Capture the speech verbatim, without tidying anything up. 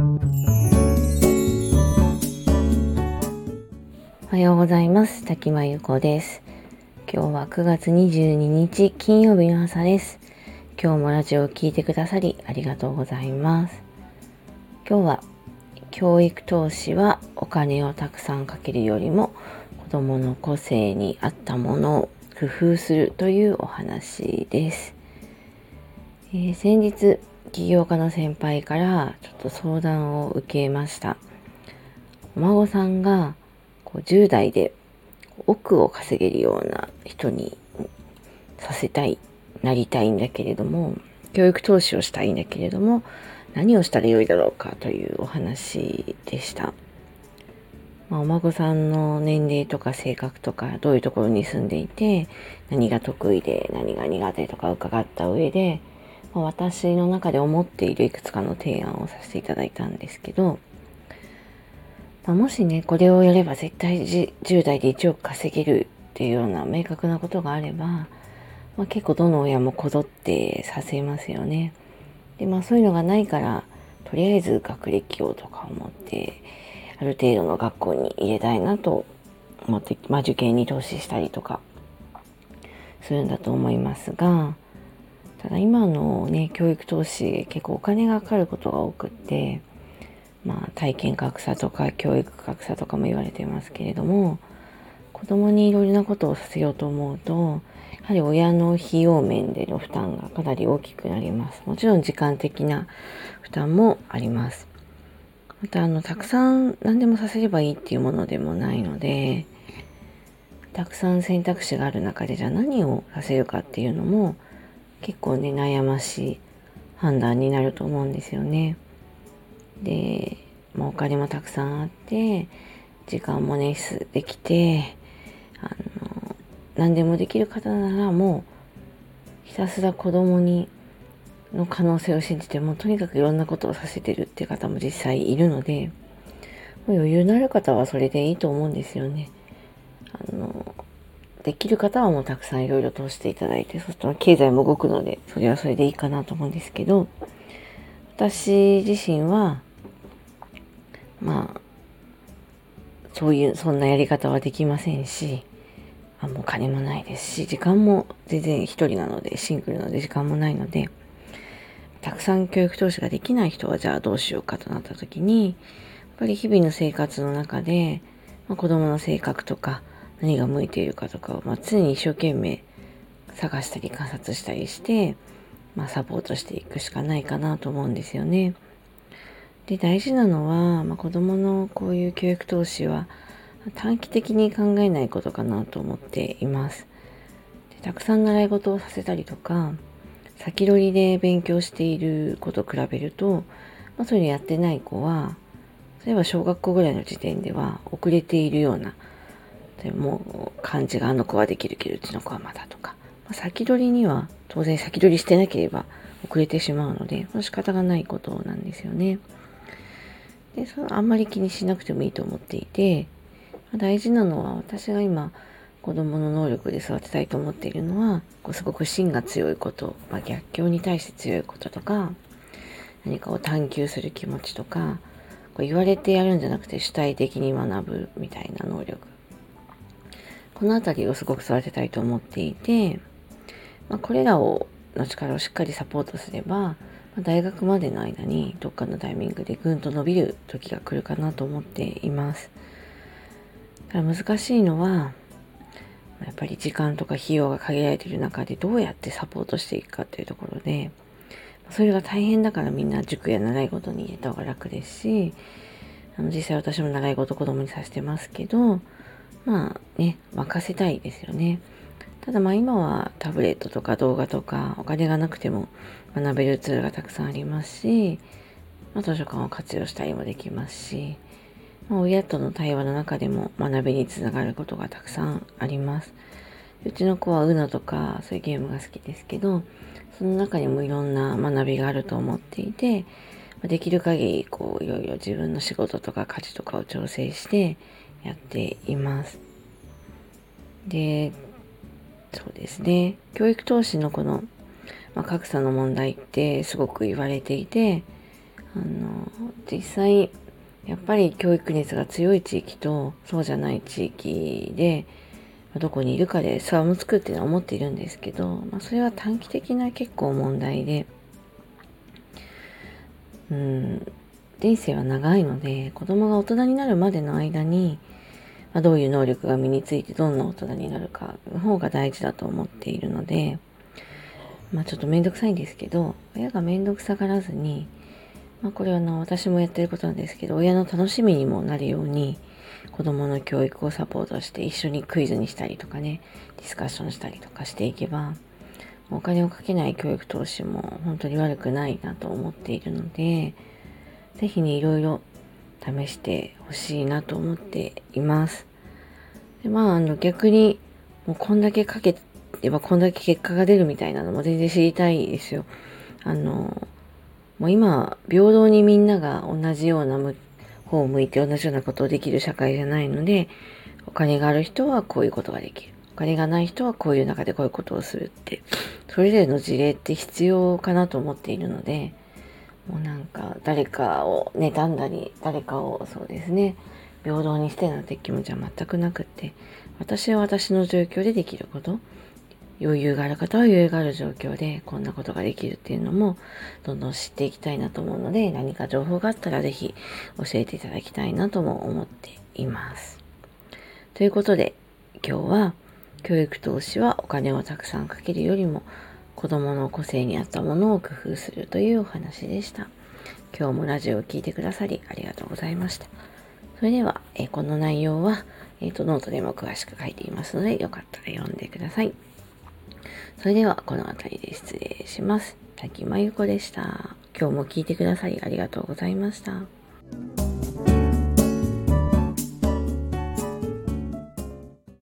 おはようございます。滝間由子です。今日はくがつにじゅうににち金曜日の朝です。今日もラジオを聞いてくださりありがとうございます。今日は教育投資はお金をたくさんかけるよりも子どもの個性に合ったものを工夫するというお話です。えー、先日起業家の先輩からちょっと相談を受けました。お孫さんがじゅう代で億を稼げるような人にさせたい、なりたいんだけれども、教育投資をしたいんだけれども、何をしたらよいだろうかというお話でした。まあ、お孫さんの年齢とか性格とか、どういうところに住んでいて、何が得意で何が苦手とか伺った上で、まあ、私の中で思っているいくつかの提案をさせていただいたんですけど、まあ、もしね、これをやれば絶対じゅう代でいちおく稼げるっていうような明確なことがあれば、まあ、結構どの親もこぞってさせますよね。で、まあそういうのがないから、とりあえず学歴をとか思って、ある程度の学校に入れたいなと思って、まあ受験に投資したりとかするんだと思いますが、ただ今のね、教育投資結構お金がかかることが多くって、まあ、体験格差とか教育格差とかも言われてますけれども、子供にいろいろなことをさせようと思うと、やはり親の費用面での負担がかなり大きくなります。もちろん時間的な負担もあります。また、あの、たくさん何でもさせればいいっていうものでもないので、たくさん選択肢がある中で、じゃあ何をさせるかっていうのも結構ね、悩ましい判断になると思うんですよね。で、まあ、お金もたくさんあって、時間もね、できて、あの、何でもできる方ならもう、ひたすら子供に、の可能性を信じて、もうとにかくいろんなことをさせてるっていう方も実際いるので、もう余裕のある方はそれでいいと思うんですよね。あの、できる方はもうたくさんいろいろ通していただいて、そしたら経済も動くので、それはそれでいいかなと思うんですけど、私自身は、まあ、そういう、そんなやり方はできませんし、あもう金もないですし、時間も全然一人なので、シングルなので時間もないので、たくさん教育投資ができない人はじゃあどうしようかとなった時に、やっぱり日々の生活の中で、まあ、子供の性格とか、何が向いているかとかを、まあ、常に一生懸命探したり観察したりして、まあ、サポートしていくしかないかなと思うんですよね。で、大事なのは、まあ、子供のこういう教育投資は短期的に考えないことかなと思っています。で、たくさん習い事をさせたりとか、先取りで勉強している子と比べると、まあ、そういうのやってない子は、例えば小学校ぐらいの時点では遅れているような、でも漢字があの子はできるけどうちの子はまだとか、まあ、先取りには当然先取りしてなければ遅れてしまうので、仕方がないことなんですよね。で、そのあんまり気にしなくてもいいと思っていて、大事なのは私が今子供の能力で育てたいと思っているのは、こうすごく芯が強いこと、まあ、逆境に対して強いこととか、何かを探求する気持ちとか、こう言われてやるんじゃなくて主体的に学ぶみたいな能力。このあたりをすごく育てたいと思っていて、まあ、これらをの力をしっかりサポートすれば、まあ、大学までの間にどっかのタイミングでぐんと伸びる時が来るかなと思っています。だから難しいのは、やっぱり時間とか費用が限られている中でどうやってサポートしていくかっていうところで、それが大変だからみんな塾や習い事に入れた方が楽ですし、あの実際私も習い事子供にさせてますけど、まあね、任せたいですよね。ただまあ今はタブレットとか動画とかお金がなくても学べるツールがたくさんありますし、まあ、図書館を活用したりもできますし、まあ、親との対話の中でも学びにつながることがたくさんあります。うちの子は ユーノ とかそういうゲームが好きですけど、その中にもいろんな学びがあると思っていて、できる限りこういろいろ自分の仕事とか家事とかを調整してやっています。で、そうですね。教育投資のこの、まあ、格差の問題ってすごく言われていて、 あの実際やっぱり教育熱が強い地域とそうじゃない地域でどこにいるかで差をつくっていうのは思っているんですけど、まあ、それは短期的な結構問題で、うん、人生は長いので子供が大人になるまでの間に、まあ、どういう能力が身についてどんな大人になるかの方が大事だと思っているので、まあちょっとめんどくさいんですけど、親がめんどくさがらずに、まあこれはあの私もやってることなんですけど、親の楽しみにもなるように子供の教育をサポートして一緒にクイズにしたりとかね、ディスカッションしたりとかしていけば、お金をかけない教育投資も本当に悪くないなと思っているので、ぜひね、いろいろ試してほしいなと思っています。で、まあ、あの逆に、もうこんだけかければこんだけ結果が出るみたいなのも全然知りたいですよ。あの、もう今、平等にみんなが同じような方を向いて同じようなことをできる社会じゃないので、お金がある人はこういうことができる。お金がない人はこういう中でこういうことをするって、それぞれの事例って必要かなと思っているので、もうなんか誰かを妬んだり、誰かをそうですね、平等にしてなんて気持ちは全くなくって、私は私の状況でできること、余裕がある方は余裕がある状況でこんなことができるっていうのもどんどん知っていきたいなと思うので、何か情報があったらぜひ教えていただきたいなとも思っています。ということで今日は教育投資はお金をたくさんかけるよりも子供の個性に合ったものを工夫するというお話でした。今日もラジオを聞いてくださりありがとうございました。それでは、えー、この内容は、えーと、ノートでも詳しく書いていますのでよかったら読んでください。それではこの辺りで失礼します。滝真由子でした。今日も聞いてくださりありがとうございました。